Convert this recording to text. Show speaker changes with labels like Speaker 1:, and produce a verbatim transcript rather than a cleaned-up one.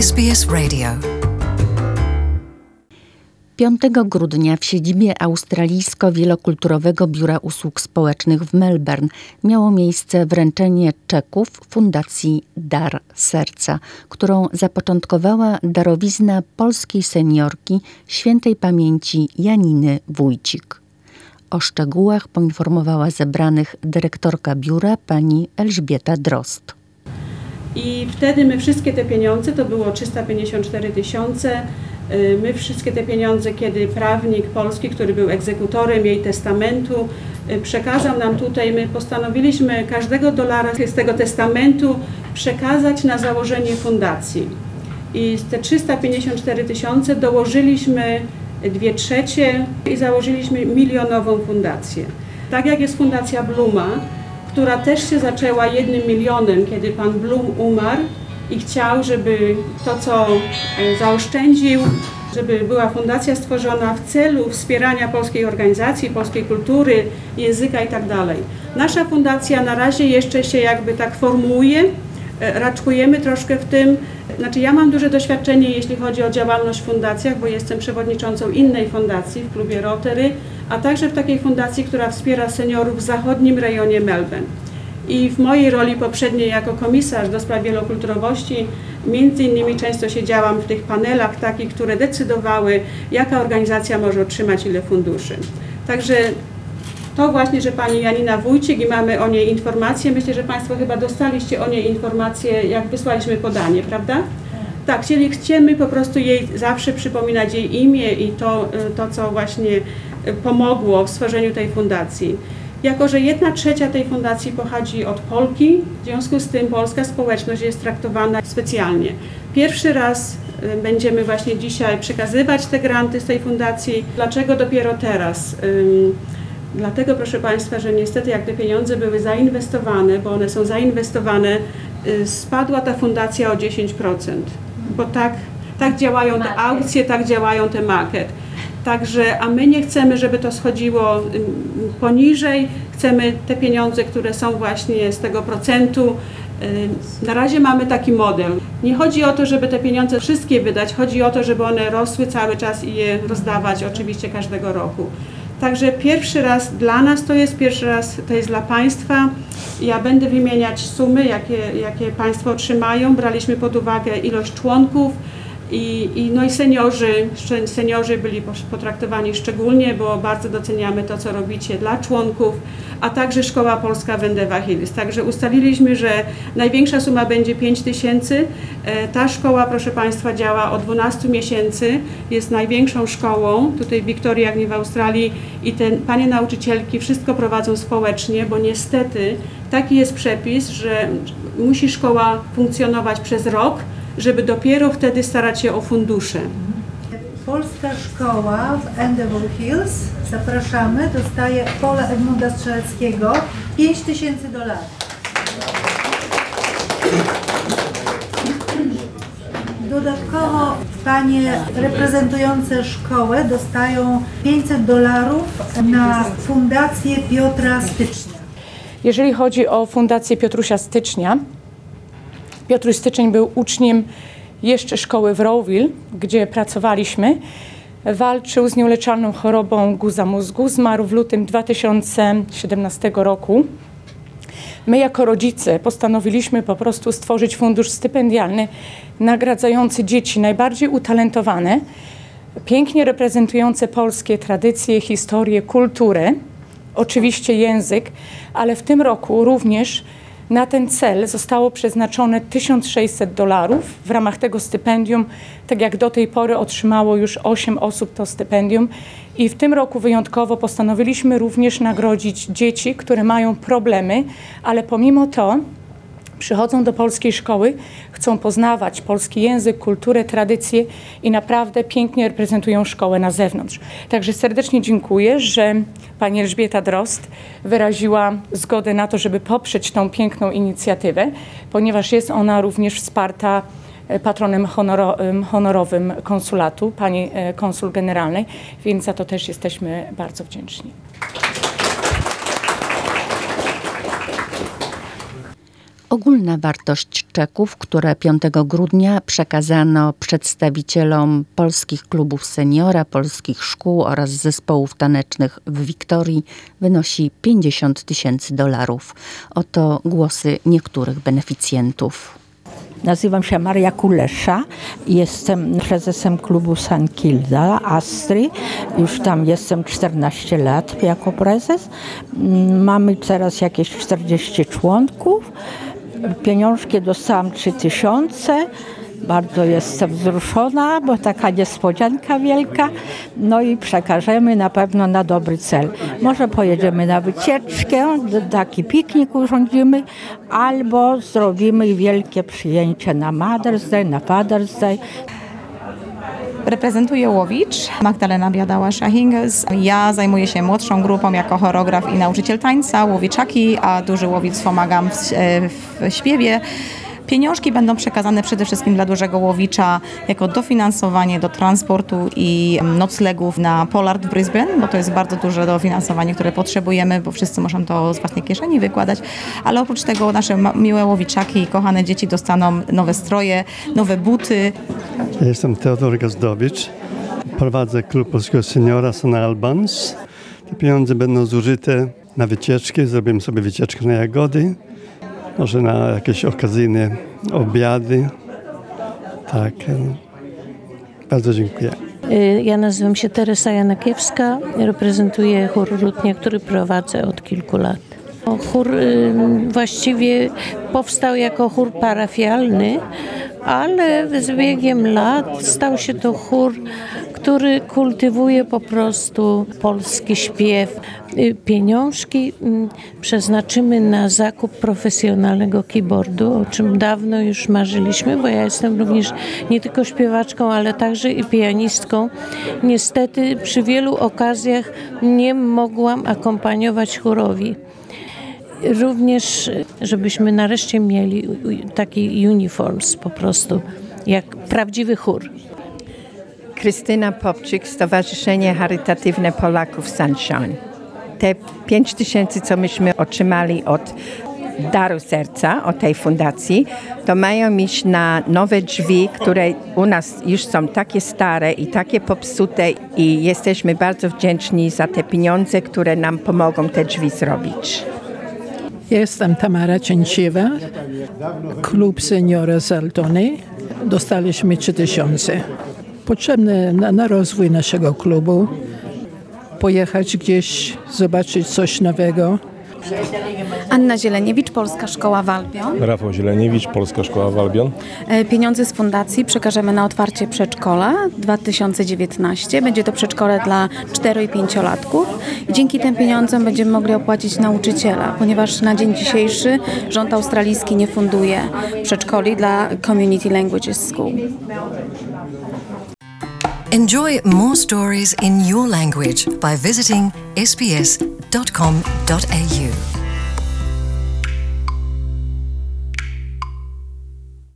Speaker 1: S B S Radio.
Speaker 2: piątego grudnia w siedzibie Australijsko-Wielokulturowego Biura Usług Społecznych w Melbourne miało miejsce wręczenie czeków Fundacji Dar Serca, którą zapoczątkowała darowizna polskiej seniorki świętej pamięci Janiny Wójcik. O szczegółach poinformowała zebranych dyrektorka biura pani Elżbieta Drozd.
Speaker 3: I wtedy my wszystkie te pieniądze, to było trzysta pięćdziesiąt cztery tysiące, my wszystkie te pieniądze, kiedy prawnik polski, który był egzekutorem jej testamentu, przekazał nam tutaj, my postanowiliśmy każdego dolara z tego testamentu przekazać na założenie fundacji. I z te trzysta pięćdziesiąt cztery tysiące dołożyliśmy dwie trzecie i założyliśmy milionową fundację. Tak jak jest Fundacja Bluma, która też się zaczęła jednym milionem, kiedy pan Blum umarł i chciał, żeby to, co zaoszczędził, żeby była fundacja stworzona w celu wspierania polskiej organizacji, polskiej kultury, języka itd. Nasza fundacja na razie jeszcze się jakby tak formułuje, raczkujemy troszkę w tym. Znaczy ja mam duże doświadczenie, jeśli chodzi o działalność w fundacjach, bo jestem przewodniczącą innej fundacji w klubie Rotary, a także w takiej fundacji, która wspiera seniorów w zachodnim rejonie Melbourne. I w mojej roli poprzedniej jako komisarz do spraw wielokulturowości między innymi często siedziałam w tych panelach takich, które decydowały, jaka organizacja może otrzymać ile funduszy. Także to właśnie, że pani Janina Wójcik i mamy o niej informacje, myślę, że państwo chyba dostaliście o niej informacje, jak wysłaliśmy podanie, prawda? Tak, chcieli, chcemy po prostu jej zawsze przypominać jej imię i to, to, co właśnie pomogło w stworzeniu tej fundacji. Jako że jedna trzecia tej fundacji pochodzi od Polki, w związku z tym polska społeczność jest traktowana specjalnie. Pierwszy raz będziemy właśnie dzisiaj przekazywać te granty z tej fundacji. Dlaczego dopiero teraz? Dlatego, proszę państwa, że niestety jak te pieniądze były zainwestowane, bo one są zainwestowane, spadła ta fundacja o dziesięć procent, bo tak, tak działają te aukcje, tak działają te market. Także, a my nie chcemy, żeby to schodziło poniżej, chcemy te pieniądze, które są właśnie z tego procentu. Na razie mamy taki model. Nie chodzi o to, żeby te pieniądze wszystkie wydać, chodzi o to, żeby one rosły cały czas i je rozdawać oczywiście każdego roku. Także pierwszy raz dla nas to jest, pierwszy raz to jest dla państwa. Ja będę wymieniać sumy, jakie, jakie państwo otrzymają. Braliśmy pod uwagę ilość członków i, i, no i seniorzy, seniorzy byli potraktowani szczególnie, bo bardzo doceniamy to, co robicie dla członków, a także Szkoła Polska w Endeavour Hills. Także ustaliliśmy, że największa suma będzie pięć tysięcy. Ta szkoła, proszę państwa, działa od dwunastu miesięcy, jest największą szkołą tutaj w Wiktorii, jak nie w Australii, i te panie nauczycielki wszystko prowadzą społecznie, bo niestety taki jest przepis, że musi szkoła funkcjonować przez rok, żeby dopiero wtedy starać się o fundusze.
Speaker 4: Polska Szkoła w Endeavour Hills, zapraszamy, dostaje Pola Edmunda Strzeleckiego pięć tysięcy dolarów. Dodatkowo panie reprezentujące szkołę dostają pięćset dolarów na Fundację Piotra Stycznia.
Speaker 5: Jeżeli chodzi o Fundację Piotrusia Stycznia, Piotruś Styczeń był uczniem jeszcze szkoły w Rowville, gdzie pracowaliśmy. Walczył z nieuleczalną chorobą guza mózgu, zmarł w lutym dwa tysiące siedemnastego roku. My jako rodzice postanowiliśmy po prostu stworzyć fundusz stypendialny nagradzający dzieci najbardziej utalentowane, pięknie reprezentujące polskie tradycje, historię, kulturę, oczywiście język, ale w tym roku również na ten cel zostało przeznaczone tysiąc sześćset dolarów. W ramach tego stypendium, tak jak do tej pory, otrzymało już osiem osób to stypendium. I w tym roku wyjątkowo postanowiliśmy również nagrodzić dzieci, które mają problemy, ale pomimo to przychodzą do polskiej szkoły, chcą poznawać polski język, kulturę, tradycje i naprawdę pięknie reprezentują szkołę na zewnątrz. Także serdecznie dziękuję, że pani Elżbieta Drozd wyraziła zgodę na to, żeby poprzeć tą piękną inicjatywę, ponieważ jest ona również wsparta patronem honoro, honorowym konsulatu, pani konsul generalnej, więc za to też jesteśmy bardzo wdzięczni.
Speaker 2: Ogólna wartość czeków, które piątego grudnia przekazano przedstawicielom polskich klubów seniora, polskich szkół oraz zespołów tanecznych w Wiktorii, wynosi pięćdziesiąt tysięcy dolarów. Oto głosy niektórych beneficjentów.
Speaker 1: Nazywam się Maria Kulesza, jestem prezesem klubu San Kilda, Astry. Już tam jestem czternaście lat jako prezes. Mamy teraz jakieś czterdzieści członków. Pieniążki dostałam trzy tysiące. Bardzo jestem wzruszona, bo taka niespodzianka wielka. No i przekażemy na pewno na dobry cel. Może pojedziemy na wycieczkę, taki piknik urządzimy, albo zrobimy wielkie przyjęcie na Mother's Day, na Father's Day.
Speaker 6: Reprezentuję Łowicz, Magdalena Biadała-Szahingers. Ja zajmuję się młodszą grupą jako choreograf i nauczyciel tańca, Łowiczaki, a Duży Łowic pomagam w, w śpiewie. Pieniążki będą przekazane przede wszystkim dla Dużego Łowicza jako dofinansowanie do transportu i noclegów na Pollard w Brisbane, bo to jest bardzo duże dofinansowanie, które potrzebujemy, bo wszyscy muszą to z własnej kieszeni wykładać, ale oprócz tego nasze miłe Łowiczaki i kochane dzieci dostaną nowe stroje, nowe buty.
Speaker 7: Ja jestem Teodor Gazdowicz, prowadzę klub polskiego seniora Saint Albans. Te pieniądze będą zużyte na wycieczki, zrobimy sobie wycieczkę na jagody. Może na jakieś okazyjne obiady. Tak. Bardzo dziękuję.
Speaker 8: Ja nazywam się Teresa Janakiewska, reprezentuję chór Rutnia, który prowadzę od kilku lat. Chór właściwie powstał jako chór parafialny, ale z biegiem lat stał się to chór, który kultywuje po prostu polski śpiew. Pieniążki przeznaczymy na zakup profesjonalnego keyboardu, o czym dawno już marzyliśmy, bo ja jestem również nie tylko śpiewaczką, ale także i pianistką. Niestety przy wielu okazjach nie mogłam akompaniować chórowi. Również, żebyśmy nareszcie mieli taki uniforms po prostu, jak prawdziwy chór.
Speaker 9: Krystyna Popczyk, Stowarzyszenie Charytatywne Polaków Sunshine. Te pięć tysięcy, co myśmy otrzymali od Daru Serca, od tej fundacji, to mają iść na nowe drzwi, które u nas już są takie stare i takie popsute i jesteśmy bardzo wdzięczni za te pieniądze, które nam pomogą te drzwi zrobić.
Speaker 10: Jestem Tamara Cięciewa, klub seniora z Altony. Dostaliśmy trzy tysiące. Potrzebne na, na rozwój naszego klubu, pojechać gdzieś, zobaczyć coś nowego.
Speaker 11: Anna Zieleniewicz, Polska Szkoła Walbion.
Speaker 12: Rafał Zieleniewicz, Polska Szkoła Walbion.
Speaker 11: Pieniądze z fundacji przekażemy na otwarcie przedszkola dwa tysiące dziewiętnastego. Będzie to przedszkole dla cztero- i pięciolatków. I dzięki tym pieniądzom będziemy mogli opłacić nauczyciela, ponieważ na dzień dzisiejszy rząd australijski nie funduje przedszkoli dla Community Languages School.
Speaker 13: Enjoy more stories in your language by visiting s b s dot com dot a u.